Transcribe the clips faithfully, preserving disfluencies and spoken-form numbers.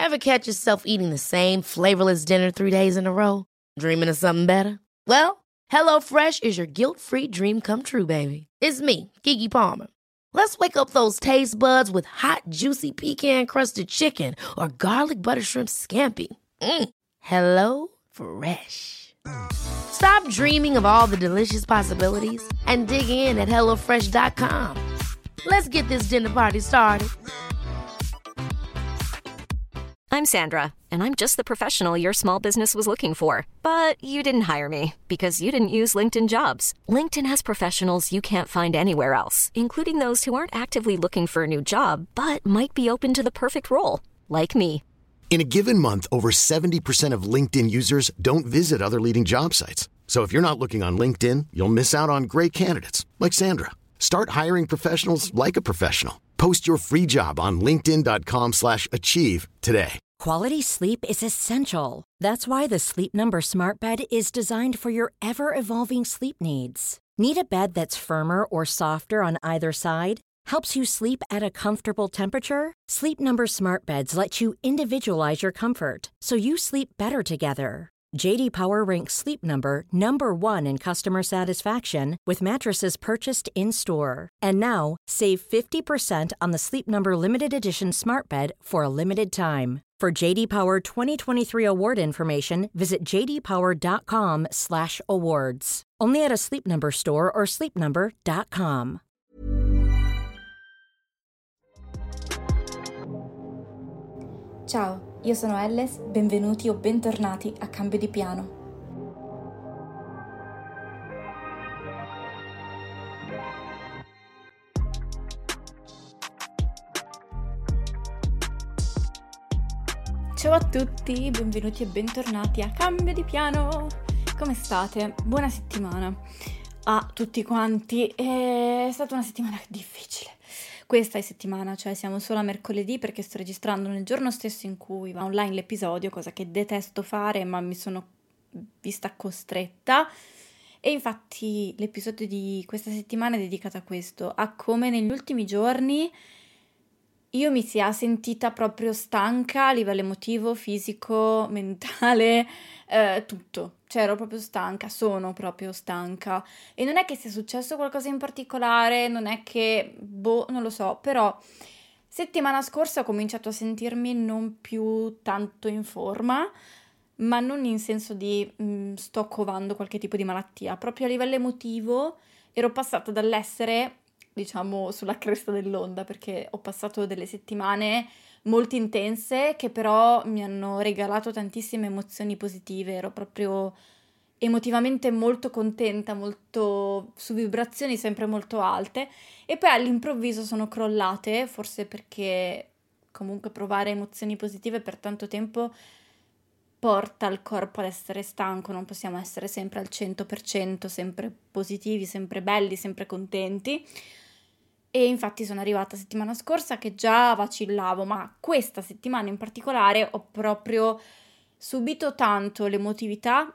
Ever catch yourself eating the same flavorless dinner three days in a row? Dreaming of something better? Well, HelloFresh is your guilt-free dream come true, baby. It's me, Keke Palmer. Let's wake up those taste buds with hot, juicy pecan-crusted chicken or garlic butter shrimp scampi. Mm. Hello Fresh. Stop dreaming of all the delicious possibilities and dig in at hello fresh dot com. Let's get this dinner party started. I'm Sandra, and I'm just the professional your small business was looking for. But you didn't hire me because you didn't use LinkedIn Jobs. LinkedIn has professionals you can't find anywhere else, including those who aren't actively looking for a new job, but might be open to the perfect role, like me. In a given month, over seventy percent of LinkedIn users don't visit other leading job sites. So if you're not looking on LinkedIn, you'll miss out on great candidates like Sandra. Start hiring professionals like a professional. Post your free job on linkedin dot com slash achieve today. Quality sleep is essential. That's why the Sleep Number Smart Bed is designed for your ever-evolving sleep needs. Need a bed that's firmer or softer on either side? Helps you sleep at a comfortable temperature? Sleep Number Smart Beds let you individualize your comfort, so you sleep better together. J D Power ranks Sleep Number number one in customer satisfaction with mattresses purchased in-store. And now, save fifty percent on the Sleep Number Limited Edition Smart Bed for a limited time. For J D Power twenty twenty-three award information, visit j d power dot com slash awards. Only at a Sleep Number store or sleep number dot com. Ciao, io sono Elles, benvenuti o bentornati a Cambio di Piano. Ciao a tutti, benvenuti e bentornati a Cambio di Piano. Come state? Buona settimana a tutti quanti. È stata una settimana difficile. Questa è settimana, cioè siamo solo a mercoledì perché sto registrando nel giorno stesso in cui va online l'episodio, cosa che detesto fare ma mi sono vista costretta. E infatti l'episodio di questa settimana è dedicato a questo, a come negli ultimi giorni io mi sia sentita proprio stanca a livello emotivo, fisico, mentale, eh, tutto. Cioè ero proprio stanca, sono proprio stanca. E non è che sia successo qualcosa in particolare, non è che, boh, non lo so, però settimana scorsa ho cominciato a sentirmi non più tanto in forma, ma non in senso di mh, sto covando qualche tipo di malattia, proprio a livello emotivo ero passata dall'essere, diciamo, sulla cresta dell'onda, perché ho passato delle settimane molto intense che però mi hanno regalato tantissime emozioni positive, ero proprio emotivamente molto contenta, molto su vibrazioni sempre molto alte, e poi all'improvviso sono crollate, forse perché comunque provare emozioni positive per tanto tempo porta il corpo ad essere stanco, non possiamo essere sempre al cento per cento, sempre positivi, sempre belli, sempre contenti. E infatti sono arrivata settimana scorsa che già vacillavo, ma questa settimana in particolare ho proprio subito tanto l'emotività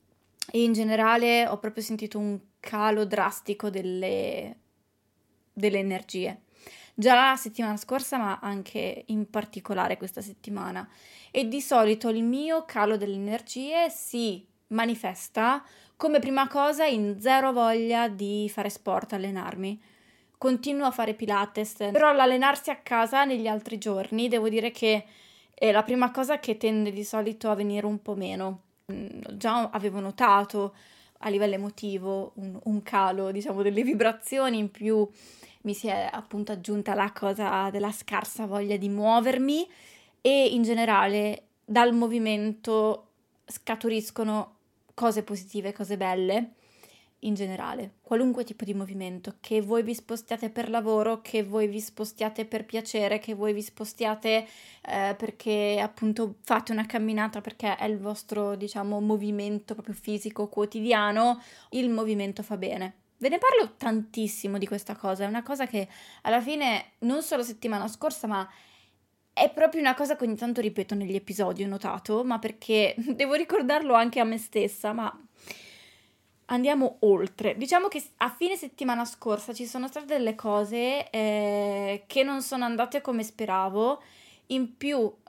e in generale ho proprio sentito un calo drastico delle, delle energie. Già la settimana scorsa, ma anche in particolare questa settimana. E di solito il mio calo delle energie si manifesta come prima cosa in zero voglia di fare sport, allenarmi. Continuo a fare Pilates, però l'allenarsi a casa negli altri giorni devo dire che è la prima cosa che tende di solito a venire un po' meno. Già avevo notato a livello emotivo un, un calo, diciamo, delle vibrazioni, in più mi si è appunto aggiunta la cosa della scarsa voglia di muovermi e in generale dal movimento scaturiscono cose positive, cose belle. In generale, qualunque tipo di movimento, che voi vi spostiate per lavoro, che voi vi spostiate per piacere, che voi vi spostiate eh, perché appunto fate una camminata perché è il vostro, diciamo, movimento proprio fisico quotidiano, il movimento fa bene. Ve ne parlo tantissimo di questa cosa, è una cosa che alla fine non solo settimana scorsa, ma è proprio una cosa che ogni tanto ripeto negli episodi, ho notato, ma perché devo ricordarlo anche a me stessa, ma andiamo oltre. Diciamo che a fine settimana scorsa ci sono state delle cose eh, che non sono andate come speravo. In più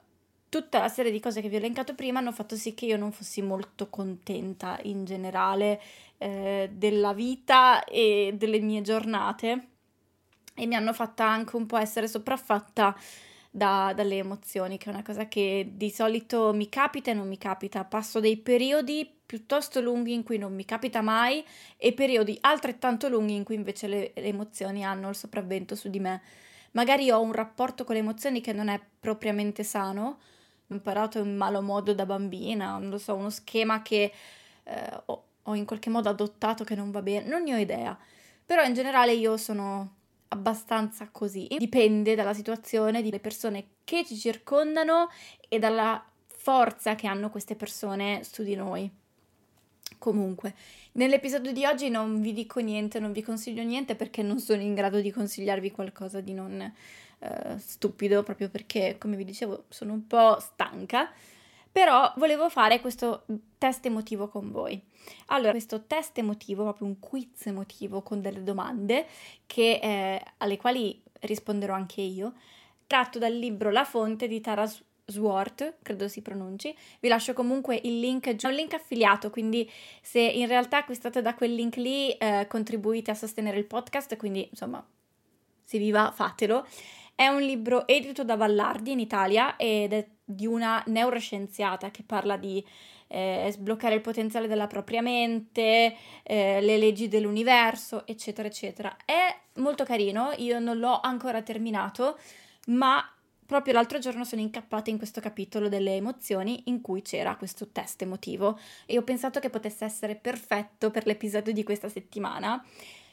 tutta la serie di cose che vi ho elencato prima hanno fatto sì che io non fossi molto contenta in generale eh, della vita e delle mie giornate, e mi hanno fatta anche un po' essere sopraffatta da, dalle emozioni, che è una cosa che di solito mi capita e non mi capita. Passo dei periodi piuttosto lunghi in cui non mi capita mai e periodi altrettanto lunghi in cui invece le, le emozioni hanno il sopravvento su di me. Magari ho un rapporto con le emozioni che non è propriamente sano, ho imparato in malo modo da bambina, non lo so, uno schema che eh, ho, ho in qualche modo adottato che non va bene, non ne ho idea. Però in generale io sono abbastanza così. Dipende dalla situazione, dalle persone che ci circondano e dalla forza che hanno queste persone su di noi. Comunque, nell'episodio di oggi non vi dico niente, non vi consiglio niente perché non sono in grado di consigliarvi qualcosa di non eh, stupido, proprio perché, come vi dicevo, sono un po' stanca. Però volevo fare questo test emotivo con voi. Allora, questo test emotivo, proprio un quiz emotivo con delle domande che, eh, alle quali risponderò anche io, tratto dal libro La fonte di Tara Swart, credo si pronunci. Vi lascio comunque il link, è un link affiliato, quindi se in realtà acquistate da quel link lì eh, contribuite a sostenere il podcast, quindi insomma, se vi va fatelo. È un libro edito da Vallardi in Italia ed è di una neuroscienziata che parla di eh, sbloccare il potenziale della propria mente, eh, le leggi dell'universo, eccetera, eccetera. È molto carino, io non l'ho ancora terminato, ma proprio l'altro giorno sono incappata in questo capitolo delle emozioni in cui c'era questo test emotivo e ho pensato che potesse essere perfetto per l'episodio di questa settimana.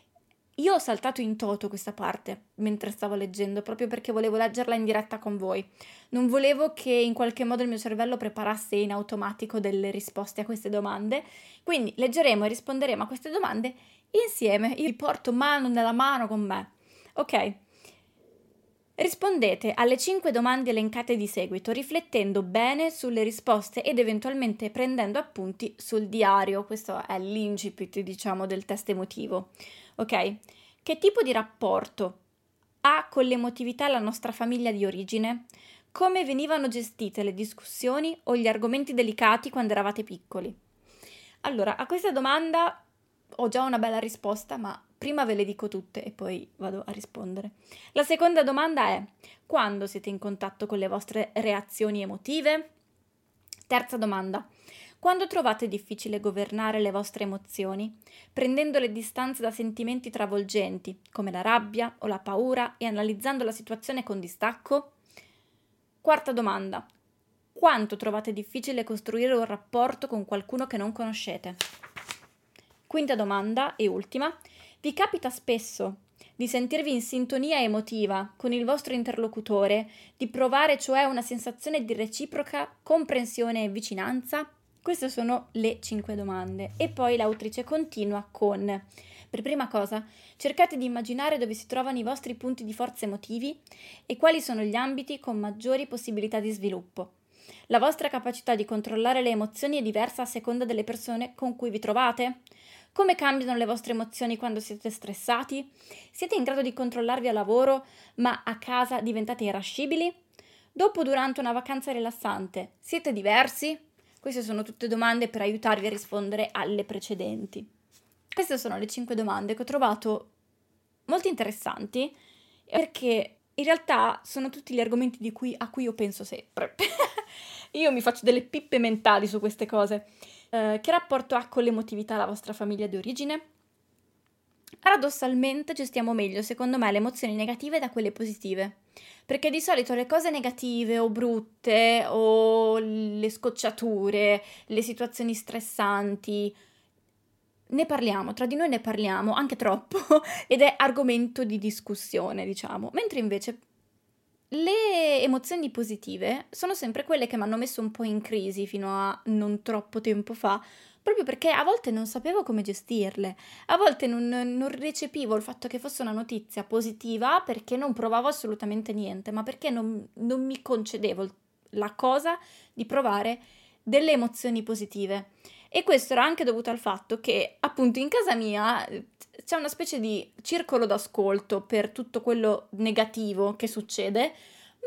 Io ho saltato in toto questa parte mentre stavo leggendo, proprio perché volevo leggerla in diretta con voi. Non volevo che in qualche modo il mio cervello preparasse in automatico delle risposte a queste domande. Quindi leggeremo e risponderemo a queste domande insieme. Io vi porto mano nella mano con me. Ok? Rispondete alle cinque domande elencate di seguito, riflettendo bene sulle risposte ed eventualmente prendendo appunti sul diario. Questo è l'incipit, diciamo, del test emotivo. Ok? Che tipo di rapporto ha con l'emotività la nostra famiglia di origine? Come venivano gestite le discussioni o gli argomenti delicati quando eravate piccoli? Allora, a questa domanda ho già una bella risposta, ma prima ve le dico tutte e poi vado a rispondere. La seconda domanda è: quando siete in contatto con le vostre reazioni emotive? Terza domanda: quando trovate difficile governare le vostre emozioni, prendendo le distanze da sentimenti travolgenti, come la rabbia o la paura, e analizzando la situazione con distacco? Quarta domanda: quanto trovate difficile costruire un rapporto con qualcuno che non conoscete? Quinta domanda e ultima: vi capita spesso di sentirvi in sintonia emotiva con il vostro interlocutore, di provare cioè una sensazione di reciproca comprensione e vicinanza? Queste sono le cinque domande. E poi l'autrice continua con: per prima cosa, cercate di immaginare dove si trovano i vostri punti di forza emotivi e quali sono gli ambiti con maggiori possibilità di sviluppo. La vostra capacità di controllare le emozioni è diversa a seconda delle persone con cui vi trovate? Come cambiano le vostre emozioni quando siete stressati? Siete in grado di controllarvi a lavoro, ma a casa diventate irascibili? Dopo o durante una vacanza rilassante, siete diversi? Queste sono tutte domande per aiutarvi a rispondere alle precedenti. Queste sono le cinque domande che ho trovato molto interessanti perché in realtà sono tutti gli argomenti di cui, a cui io penso sempre. Io mi faccio delle pippe mentali su queste cose. Uh, che rapporto ha con l'emotività la vostra famiglia di origine? Paradossalmente gestiamo meglio, secondo me, le emozioni negative da quelle positive, perché di solito le cose negative o brutte o le scocciature, le situazioni stressanti, ne parliamo, tra di noi ne parliamo anche troppo ed è argomento di discussione, diciamo, mentre invece le emozioni positive sono sempre quelle che mi hanno messo un po' in crisi fino a non troppo tempo fa, proprio perché a volte non sapevo come gestirle, a volte non, non recepivo il fatto che fosse una notizia positiva perché non provavo assolutamente niente, ma perché non, non mi concedevo la cosa di provare delle emozioni positive. E questo era anche dovuto al fatto che appunto in casa mia c'è una specie di circolo d'ascolto per tutto quello negativo che succede,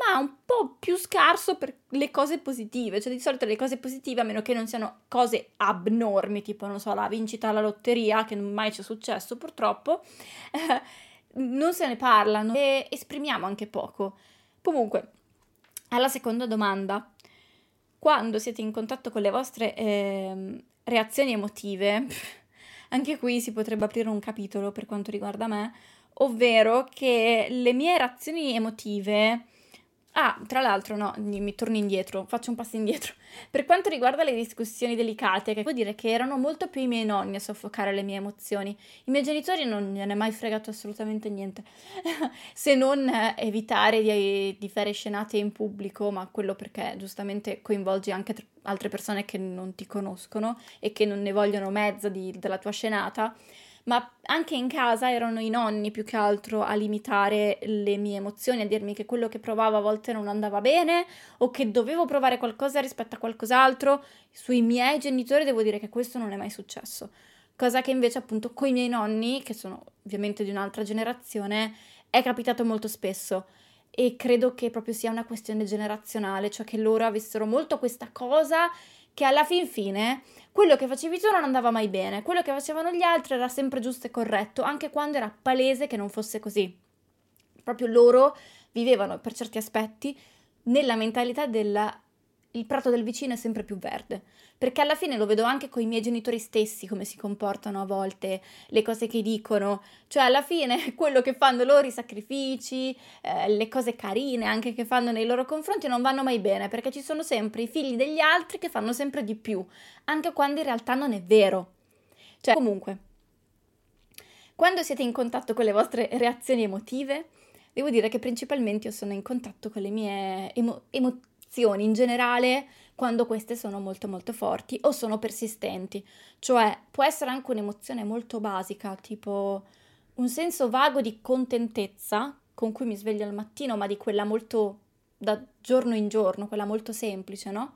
ma un po' più scarso per le cose positive. Cioè di solito le cose positive, a meno che non siano cose abnormi, tipo non so la vincita alla lotteria, che mai ci è successo purtroppo, eh, non se ne parlano e esprimiamo anche poco. Comunque, alla seconda domanda, quando siete in contatto con le vostre eh, reazioni emotive, anche qui si potrebbe aprire un capitolo per quanto riguarda me, ovvero che le mie reazioni emotive... Ah, tra l'altro no, mi torno indietro, faccio un passo indietro. Per quanto riguarda le discussioni delicate, che vuol dire che erano molto più i miei nonni a soffocare le mie emozioni. I miei genitori non gliene è mai fregato assolutamente niente, se non eh, evitare di, di fare scenate in pubblico, ma quello perché giustamente coinvolgi anche tr- altre persone che non ti conoscono e che non ne vogliono mezza di, della tua scenata. Ma anche in casa erano i nonni più che altro a limitare le mie emozioni, a dirmi che quello che provavo a volte non andava bene o che dovevo provare qualcosa rispetto a qualcos'altro. Sui miei genitori devo dire che questo non è mai successo, cosa che invece appunto coi miei nonni, che sono ovviamente di un'altra generazione, è capitato molto spesso. E credo che proprio sia una questione generazionale, cioè che loro avessero molto questa cosa che alla fin fine quello che facevi tu non andava mai bene, quello che facevano gli altri era sempre giusto e corretto, anche quando era palese che non fosse così. Proprio loro vivevano per certi aspetti nella mentalità del il prato del vicino è sempre più verde, perché alla fine lo vedo anche con i miei genitori stessi come si comportano a volte, le cose che dicono, cioè alla fine quello che fanno loro, i sacrifici, eh, le cose carine anche che fanno nei loro confronti non vanno mai bene, perché ci sono sempre i figli degli altri che fanno sempre di più, anche quando in realtà non è vero. Cioè comunque, quando siete in contatto con le vostre reazioni emotive, devo dire che principalmente io sono in contatto con le mie emo- emozioni in generale quando queste sono molto molto forti o sono persistenti, cioè può essere anche un'emozione molto basica, tipo un senso vago di contentezza con cui mi sveglio al mattino, ma di quella molto da giorno in giorno, quella molto semplice, no?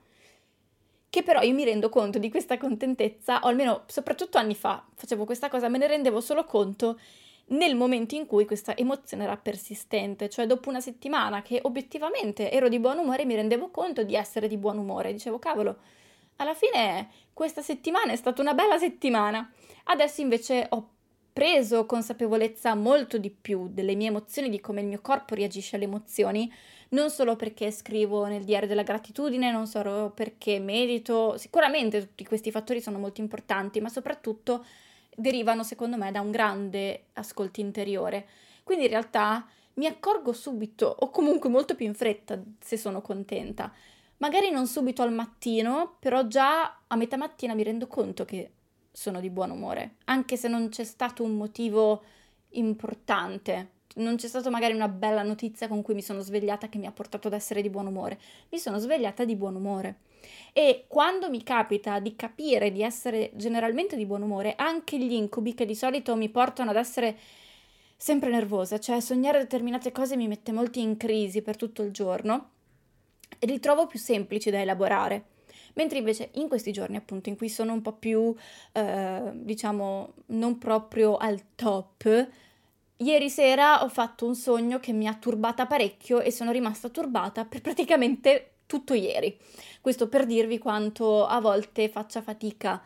Che però io mi rendo conto di questa contentezza, o almeno soprattutto anni fa facevo questa cosa, me ne rendevo solo conto nel momento in cui questa emozione era persistente, cioè dopo una settimana che obiettivamente ero di buon umore mi rendevo conto di essere di buon umore, dicevo cavolo, alla fine questa settimana è stata una bella settimana. Adesso invece ho preso consapevolezza molto di più delle mie emozioni, di come il mio corpo reagisce alle emozioni, non solo perché scrivo nel diario della gratitudine, non solo perché medito, sicuramente tutti questi fattori sono molto importanti, ma soprattutto derivano secondo me da un grande ascolto interiore. Quindi in realtà mi accorgo subito o comunque molto più in fretta se sono contenta. Magari non subito al mattino, però già a metà mattina mi rendo conto che sono di buon umore, anche se non c'è stato un motivo importante. Non c'è stata magari una bella notizia con cui mi sono svegliata che mi ha portato ad essere di buon umore. Mi sono svegliata di buon umore. E quando mi capita di capire di essere generalmente di buon umore, anche gli incubi che di solito mi portano ad essere sempre nervosa, cioè sognare determinate cose mi mette molto in crisi per tutto il giorno, li trovo più semplici da elaborare. Mentre invece in questi giorni appunto in cui sono un po' più, eh, diciamo, non proprio al top, ieri sera ho fatto un sogno che mi ha turbata parecchio e sono rimasta turbata per praticamente tutto ieri. Questo per dirvi quanto a volte faccia fatica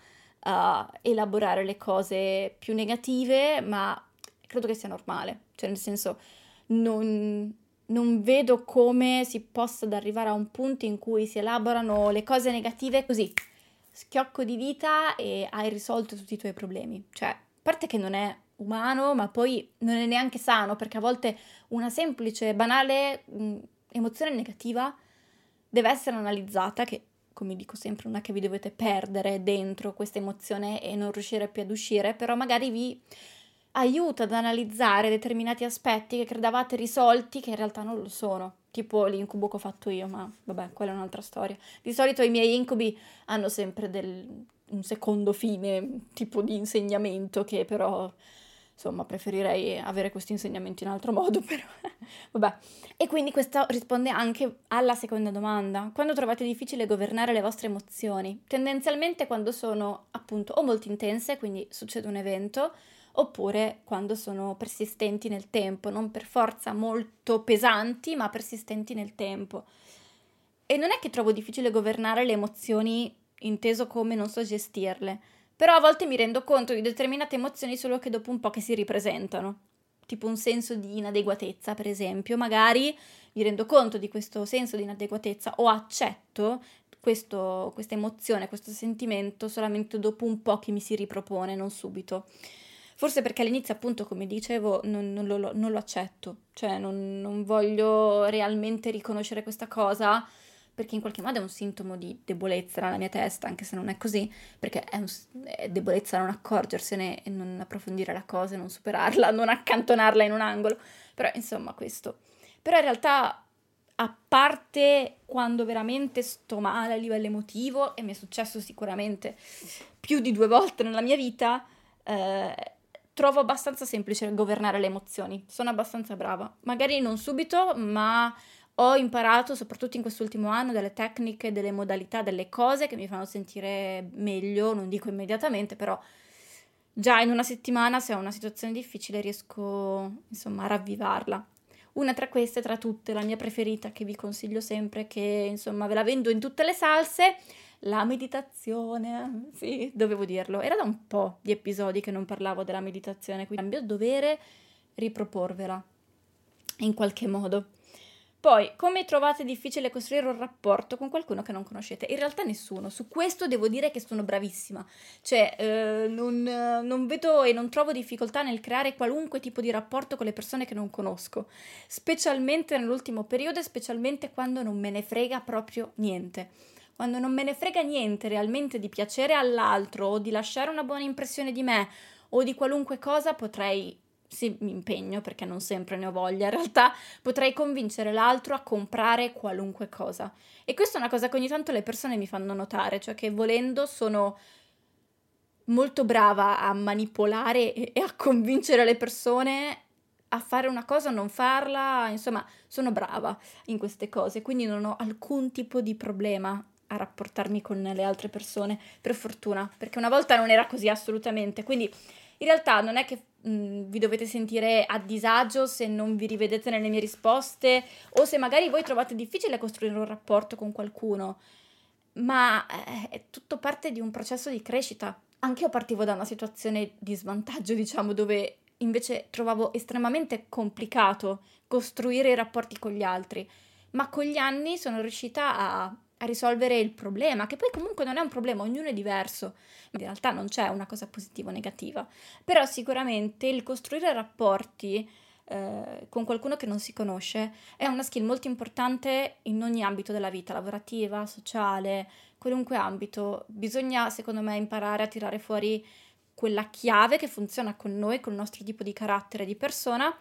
a elaborare le cose più negative, ma credo che sia normale. Cioè, nel senso, non, non vedo come si possa arrivare a un punto in cui si elaborano le cose negative così, schiocco di dita e hai risolto tutti i tuoi problemi. Cioè, a parte che non è umano, ma poi non è neanche sano, perché a volte una semplice, banale mh, emozione negativa deve essere analizzata, che come dico sempre non è che vi dovete perdere dentro questa emozione e non riuscire più ad uscire, però magari vi aiuta ad analizzare determinati aspetti che credevate risolti che in realtà non lo sono, tipo l'incubo che ho fatto io, ma vabbè, quella è un'altra storia. Di solito i miei incubi hanno sempre del, un secondo fine, tipo di insegnamento, che però insomma preferirei avere questo insegnamento in altro modo, però vabbè. E quindi questo risponde anche alla seconda domanda. Quando trovate difficile governare le vostre emozioni? Tendenzialmente quando sono appunto o molto intense, quindi succede un evento, oppure quando sono persistenti nel tempo, non per forza molto pesanti, ma persistenti nel tempo. E non è che trovo difficile governare le emozioni inteso come non so gestirle, però a volte mi rendo conto di determinate emozioni solo che dopo un po' che si ripresentano, tipo un senso di inadeguatezza, per esempio. Magari mi rendo conto di questo senso di inadeguatezza o accetto questo, questa emozione, questo sentimento solamente dopo un po' che mi si ripropone, non subito. Forse perché all'inizio, appunto, come dicevo, non, non, lo, non lo accetto, cioè non, non voglio realmente riconoscere questa cosa, perché in qualche modo è un sintomo di debolezza nella mia testa, anche se non è così, perché è, un, è debolezza non accorgersene e non approfondire la cosa, non superarla, non accantonarla in un angolo, però insomma questo. Però in realtà, a parte quando veramente sto male a livello emotivo, e mi è successo sicuramente più di due volte nella mia vita, eh, trovo abbastanza semplice governare le emozioni, sono abbastanza brava, magari non subito, ma ho imparato, soprattutto in quest'ultimo anno, delle tecniche, delle modalità, delle cose che mi fanno sentire meglio, non dico immediatamente, però già in una settimana, se ho una situazione difficile, riesco, insomma, a ravvivarla. Una tra queste, tra tutte, la mia preferita, che vi consiglio sempre, che, insomma, ve la vendo in tutte le salse, la meditazione. Sì, dovevo dirlo. Era da un po' di episodi che non parlavo della meditazione, quindi è mio dovere riproporvela in qualche modo. Poi, come trovate difficile costruire un rapporto con qualcuno che non conoscete? In realtà nessuno, su questo devo dire che sono bravissima, cioè eh, non, non vedo e non trovo difficoltà nel creare qualunque tipo di rapporto con le persone che non conosco, specialmente nell'ultimo periodo e specialmente quando non me ne frega proprio niente. Quando non me ne frega niente realmente di piacere all'altro o di lasciare una buona impressione di me o di qualunque cosa, potrei... sì, mi impegno perché non sempre ne ho voglia, in realtà potrei convincere l'altro a comprare qualunque cosa. E questa è una cosa che ogni tanto le persone mi fanno notare, cioè che volendo sono molto brava a manipolare e, e a convincere le persone a fare una cosa o non farla, insomma, sono brava in queste cose, quindi non ho alcun tipo di problema a rapportarmi con le altre persone, per fortuna, perché una volta non era così assolutamente, quindi in realtà non è che mh, vi dovete sentire a disagio se non vi rivedete nelle mie risposte o se magari voi trovate difficile costruire un rapporto con qualcuno, ma eh, è tutto parte di un processo di crescita. Anche io partivo da una situazione di svantaggio, diciamo, dove invece trovavo estremamente complicato costruire i rapporti con gli altri, ma con gli anni sono riuscita a, a risolvere il problema, che poi comunque non è un problema, ognuno è diverso. In realtà non c'è una cosa positiva o negativa, però sicuramente il costruire rapporti eh, con qualcuno che non si conosce è una skill molto importante in ogni ambito della vita, lavorativa, sociale, qualunque ambito. Bisogna, secondo me, imparare a tirare fuori quella chiave che funziona con noi, con il nostro tipo di carattere di persona,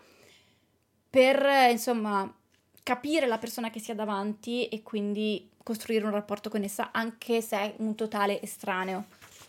per, eh, insomma, capire la persona che si ha davanti e quindi costruire un rapporto con essa, anche se è un totale estraneo.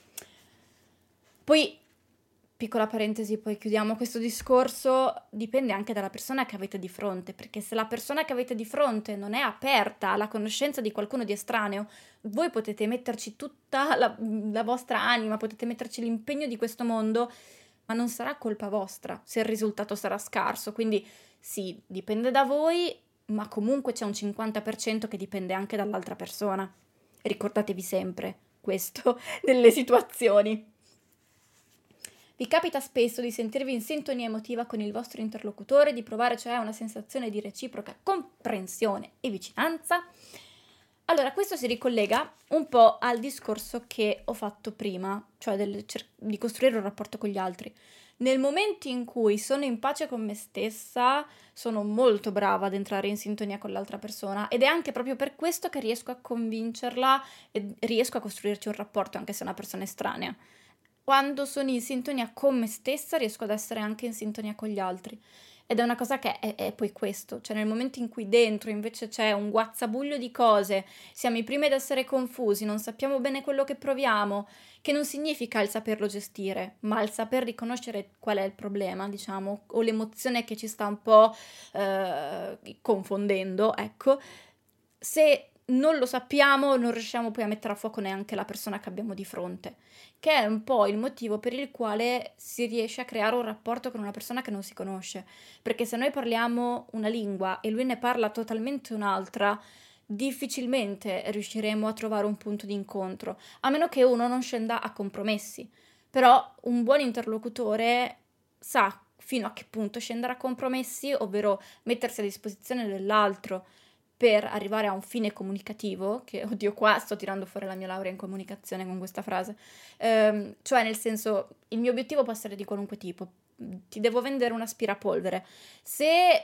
Poi, piccola parentesi, poi chiudiamo questo discorso, dipende anche dalla persona che avete di fronte, perché se la persona che avete di fronte non è aperta alla conoscenza di qualcuno di estraneo, voi potete metterci tutta la, la vostra anima, potete metterci l'impegno di questo mondo, ma non sarà colpa vostra se il risultato sarà scarso. Quindi sì, dipende da voi, ma comunque c'è un cinquanta per cento che dipende anche dall'altra persona. Ricordatevi sempre questo nelle situazioni. Vi capita spesso di sentirvi in sintonia emotiva con il vostro interlocutore, di provare cioè una sensazione di reciproca comprensione e vicinanza? Allora, questo si ricollega un po' al discorso che ho fatto prima, cioè del, di costruire un rapporto con gli altri. Nel momento in cui sono in pace con me stessa, sono molto brava ad entrare in sintonia con l'altra persona ed è anche proprio per questo che riesco a convincerla e riesco a costruirci un rapporto anche se è una persona estranea. Quando sono in sintonia con me stessa riesco ad essere anche in sintonia con gli altri. Ed è una cosa che è, è poi questo, cioè nel momento in cui dentro invece c'è un guazzabuglio di cose, siamo i primi ad essere confusi, non sappiamo bene quello che proviamo, che non significa il saperlo gestire, ma il saper riconoscere qual è il problema, diciamo, o l'emozione che ci sta un po' eh, confondendo, ecco. Se non lo sappiamo, non riusciamo poi a mettere a fuoco neanche la persona che abbiamo di fronte, che è un po' il motivo per il quale si riesce a creare un rapporto con una persona che non si conosce, perché se noi parliamo una lingua e lui ne parla totalmente un'altra, difficilmente riusciremo a trovare un punto di incontro, a meno che uno non scenda a compromessi. Però un buon interlocutore sa fino a che punto scendere a compromessi, ovvero mettersi a disposizione dell'altro per arrivare a un fine comunicativo, che oddio qua sto tirando fuori la mia laurea in comunicazione con questa frase, ehm, cioè nel senso il mio obiettivo può essere di qualunque tipo, ti devo vendere un aspirapolvere, se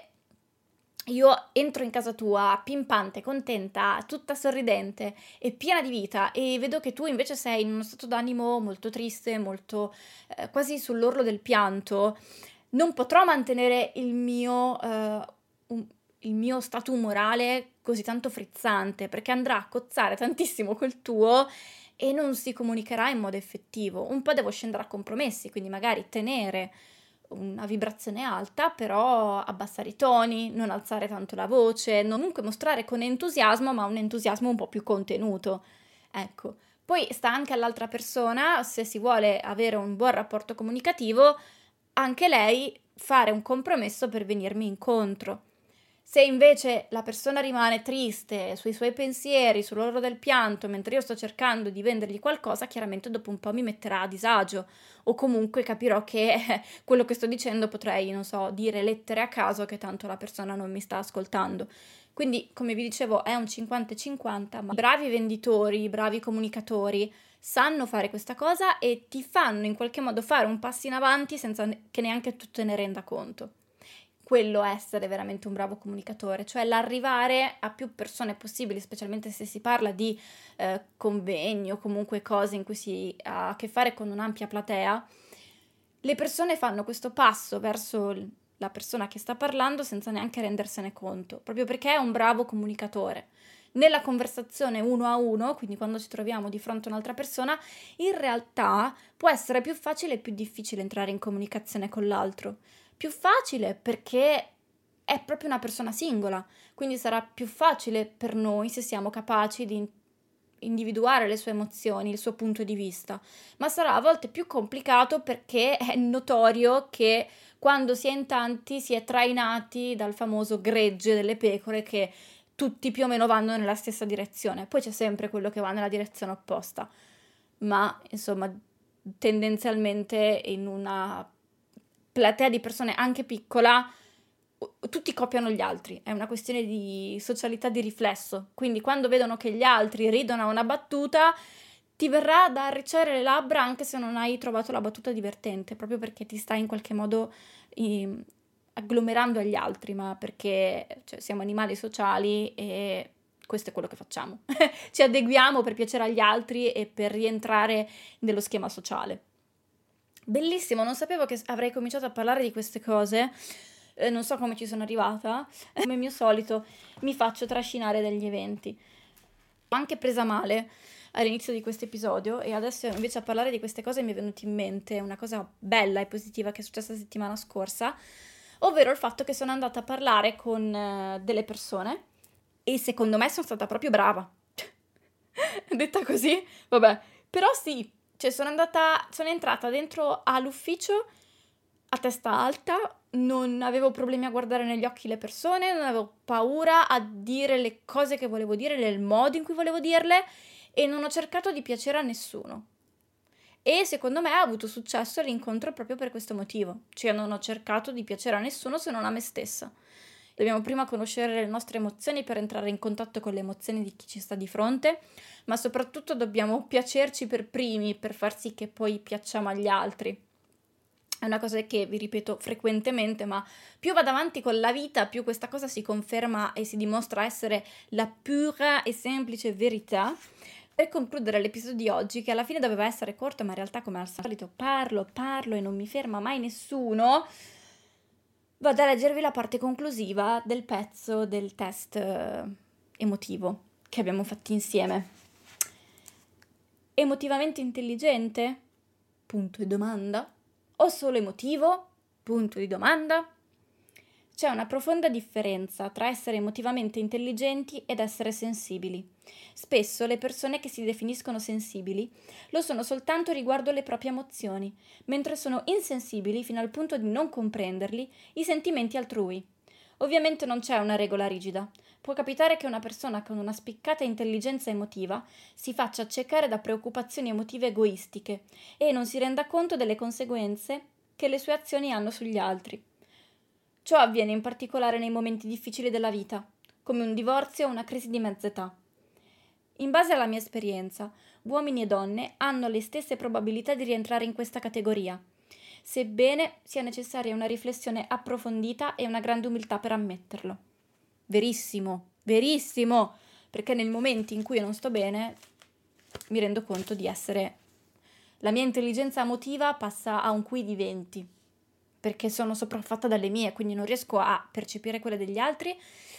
io entro in casa tua pimpante, contenta, tutta sorridente e piena di vita e vedo che tu invece sei in uno stato d'animo molto triste, molto eh, quasi sull'orlo del pianto, non potrò mantenere il mio, eh, un, il mio stato umorale così tanto frizzante, perché andrà a cozzare tantissimo col tuo e non si comunicherà in modo effettivo. Un po' devo scendere a compromessi, quindi magari tenere una vibrazione alta, però abbassare i toni, non alzare tanto la voce, non comunque mostrare con entusiasmo, ma un entusiasmo un po' più contenuto. Ecco. Poi sta anche all'altra persona, se si vuole avere un buon rapporto comunicativo, anche lei fare un compromesso per venirmi incontro. Se invece la persona rimane triste sui suoi pensieri, sull'orlo del pianto, mentre io sto cercando di vendergli qualcosa, chiaramente dopo un po' mi metterà a disagio o comunque capirò che eh, quello che sto dicendo potrei, non so, dire lettere a caso che tanto la persona non mi sta ascoltando. Quindi, come vi dicevo, è un cinquanta e cinquanta, ma bravi venditori, bravi comunicatori sanno fare questa cosa e ti fanno in qualche modo fare un passo in avanti senza che neanche tu te ne renda conto. Quello è essere veramente un bravo comunicatore, cioè l'arrivare a più persone possibili, specialmente se si parla di eh, convegni o comunque cose in cui si ha a che fare con un'ampia platea. Le persone fanno questo passo verso la persona che sta parlando senza neanche rendersene conto, proprio perché è un bravo comunicatore. Nella conversazione uno a uno, quindi quando ci troviamo di fronte a un'altra persona, in realtà può essere più facile e più difficile entrare in comunicazione con l'altro. Più facile perché è proprio una persona singola, quindi sarà più facile per noi se siamo capaci di individuare le sue emozioni, il suo punto di vista, ma sarà a volte più complicato perché è notorio che quando si è in tanti si è trainati dal famoso gregge delle pecore che tutti più o meno vanno nella stessa direzione, poi c'è sempre quello che va nella direzione opposta, ma insomma tendenzialmente in una platea di persone anche piccola tutti copiano gli altri, è una questione di socialità di riflesso, quindi quando vedono che gli altri ridono a una battuta ti verrà da arricciare le labbra anche se non hai trovato la battuta divertente, proprio perché ti stai in qualche modo eh, agglomerando agli altri, ma perché cioè, siamo animali sociali e questo è quello che facciamo, ci adeguiamo per piacere agli altri e per rientrare nello schema sociale. Bellissimo, non sapevo che avrei cominciato a parlare di queste cose, eh, non so come ci sono arrivata, come mio solito mi faccio trascinare dagli eventi. Ho anche presa male all'inizio di questo episodio e adesso invece a parlare di queste cose mi è venuta in mente una cosa bella e positiva che è successa la settimana scorsa, ovvero il fatto che sono andata a parlare con uh, delle persone e secondo me sono stata proprio brava. Detta così, vabbè, però sì. Cioè sono andata, sono entrata dentro all'ufficio a testa alta, non avevo problemi a guardare negli occhi le persone, non avevo paura a dire le cose che volevo dire nel modo in cui volevo dirle e non ho cercato di piacere a nessuno. E secondo me ha avuto successo l'incontro proprio per questo motivo, cioè non ho cercato di piacere a nessuno se non a me stessa. Dobbiamo prima conoscere le nostre emozioni per entrare in contatto con le emozioni di chi ci sta di fronte, ma soprattutto dobbiamo piacerci per primi per far sì che poi piacciamo agli altri. È una cosa che vi ripeto frequentemente, ma più vado avanti con la vita, più questa cosa si conferma e si dimostra essere la pura e semplice verità. Per concludere l'episodio di oggi, che alla fine doveva essere corto, ma in realtà come al solito parlo, parlo e non mi ferma mai nessuno, vado a leggervi la parte conclusiva del pezzo del test eh, emotivo che abbiamo fatto insieme. Emotivamente intelligente? Punto di domanda. O solo emotivo? Punto di domanda. C'è una profonda differenza tra essere emotivamente intelligenti ed essere sensibili. Spesso le persone che si definiscono sensibili lo sono soltanto riguardo le proprie emozioni, mentre sono insensibili fino al punto di non comprenderli i sentimenti altrui. Ovviamente non c'è una regola rigida. Può capitare che una persona con una spiccata intelligenza emotiva si faccia accecare da preoccupazioni emotive egoistiche e non si renda conto delle conseguenze che le sue azioni hanno sugli altri. Ciò avviene in particolare nei momenti difficili della vita, come un divorzio o una crisi di mezza età. In base alla mia esperienza, uomini e donne hanno le stesse probabilità di rientrare in questa categoria, sebbene sia necessaria una riflessione approfondita e una grande umiltà per ammetterlo. Verissimo, verissimo, perché nel momento in cui io non sto bene mi rendo conto di essere... La mia intelligenza emotiva passa a un qui di venti, perché sono sopraffatta dalle mie, quindi non riesco a percepire quelle degli altri,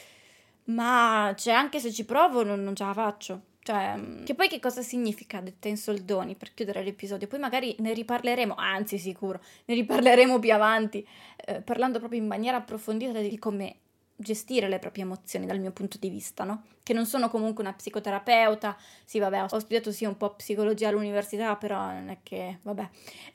ma cioè, anche se ci provo non, non ce la faccio. Cioè, che poi che cosa significa detta in soldoni, per chiudere l'episodio? Poi magari ne riparleremo, anzi sicuro, ne riparleremo più avanti, eh, parlando proprio in maniera approfondita di come gestire le proprie emozioni dal mio punto di vista, no? Che non sono comunque una psicoterapeuta, sì vabbè, ho studiato sì un po' psicologia all'università, però non è che, vabbè...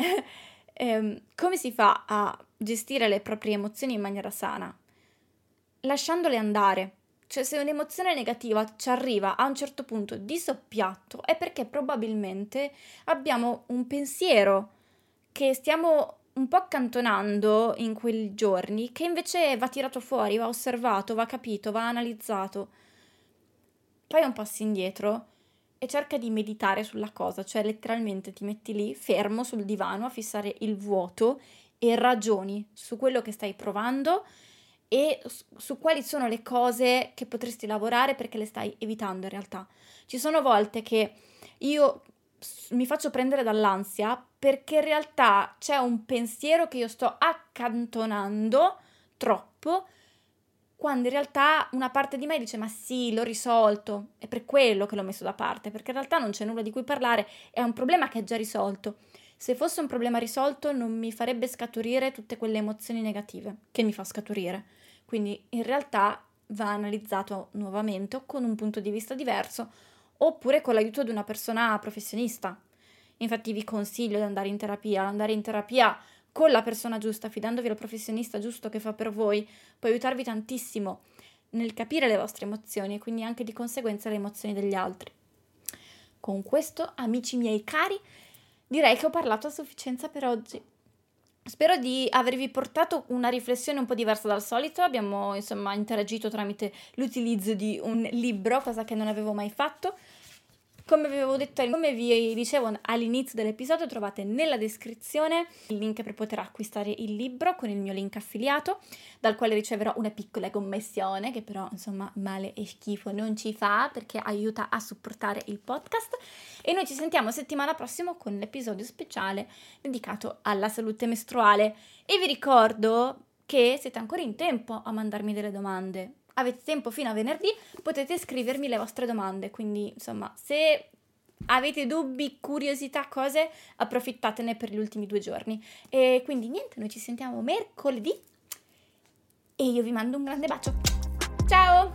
Eh, come si fa a gestire le proprie emozioni in maniera sana? Lasciandole andare. Cioè, se un'emozione negativa ci arriva a un certo punto di soppiatto è perché probabilmente abbiamo un pensiero che stiamo un po' accantonando in quei giorni, che invece va tirato fuori, va osservato, va capito, va analizzato. Fai un passo indietro e cerca di meditare sulla cosa, cioè letteralmente ti metti lì fermo sul divano a fissare il vuoto e ragioni su quello che stai provando e su quali sono le cose che potresti lavorare perché le stai evitando in realtà. Ci sono volte che io mi faccio prendere dall'ansia perché in realtà c'è un pensiero che io sto accantonando troppo, quando in realtà una parte di me dice ma sì, l'ho risolto, è per quello che l'ho messo da parte, perché in realtà non c'è nulla di cui parlare, è un problema che è già risolto. Se fosse un problema risolto non mi farebbe scaturire tutte quelle emozioni negative che mi fa scaturire. Quindi in realtà va analizzato nuovamente o con un punto di vista diverso oppure con l'aiuto di una persona professionista. Infatti vi consiglio di andare in terapia, andare in terapia con la persona giusta, fidandovi al professionista giusto che fa per voi, può aiutarvi tantissimo nel capire le vostre emozioni e quindi anche di conseguenza le emozioni degli altri. Con questo, amici miei cari, direi che ho parlato a sufficienza per oggi. Spero di avervi portato una riflessione un po' diversa dal solito. Abbiamo insomma interagito tramite l'utilizzo di un libro, cosa che non avevo mai fatto. Come vi avevo detto, come vi dicevo all'inizio dell'episodio, trovate nella descrizione il link per poter acquistare il libro con il mio link affiliato, dal quale riceverò una piccola commissione, che però insomma male e schifo non ci fa, perché aiuta a supportare il podcast. E noi ci sentiamo settimana prossima con l'episodio speciale dedicato alla salute mestruale. E vi ricordo che siete ancora in tempo a mandarmi delle domande. Avete tempo fino a venerdì, potete scrivermi le vostre domande, quindi insomma se avete dubbi, curiosità, cose, approfittatene per gli ultimi due giorni. E quindi niente, noi ci sentiamo mercoledì e io vi mando un grande bacio. Ciao!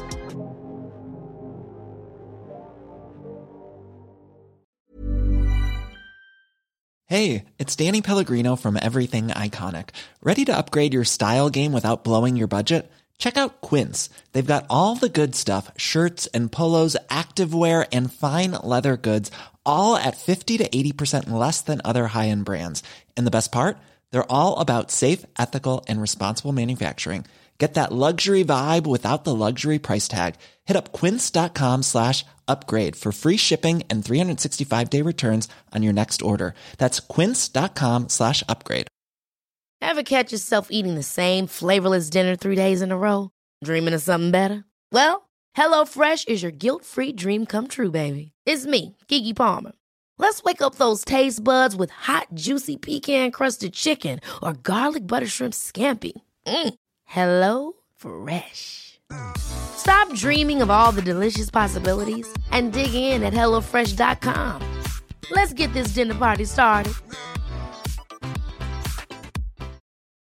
Hey, it's Danny Pellegrino from Everything Iconic. Ready to upgrade your style game without blowing your budget? Check out Quince. They've got all the good stuff, shirts and polos, activewear, and fine leather goods, all at fifty to eighty percent less than other high-end brands. And the best part? They're all about safe, ethical, and responsible manufacturing. Get that luxury vibe without the luxury price tag. Hit up quince.com slash upgrade for free shipping and three sixty-five day returns on your next order. That's quince.com slash upgrade. Ever catch yourself eating the same flavorless dinner three days in a row? Dreaming of something better? Well, HelloFresh is your guilt-free dream come true, baby. It's me, Keke Palmer. Let's wake up those taste buds with hot, juicy pecan-crusted chicken or garlic butter shrimp scampi. Mm. Hello Fresh. Stop dreaming of all the delicious possibilities and dig in at hello fresh dot com. Let's get this dinner party started.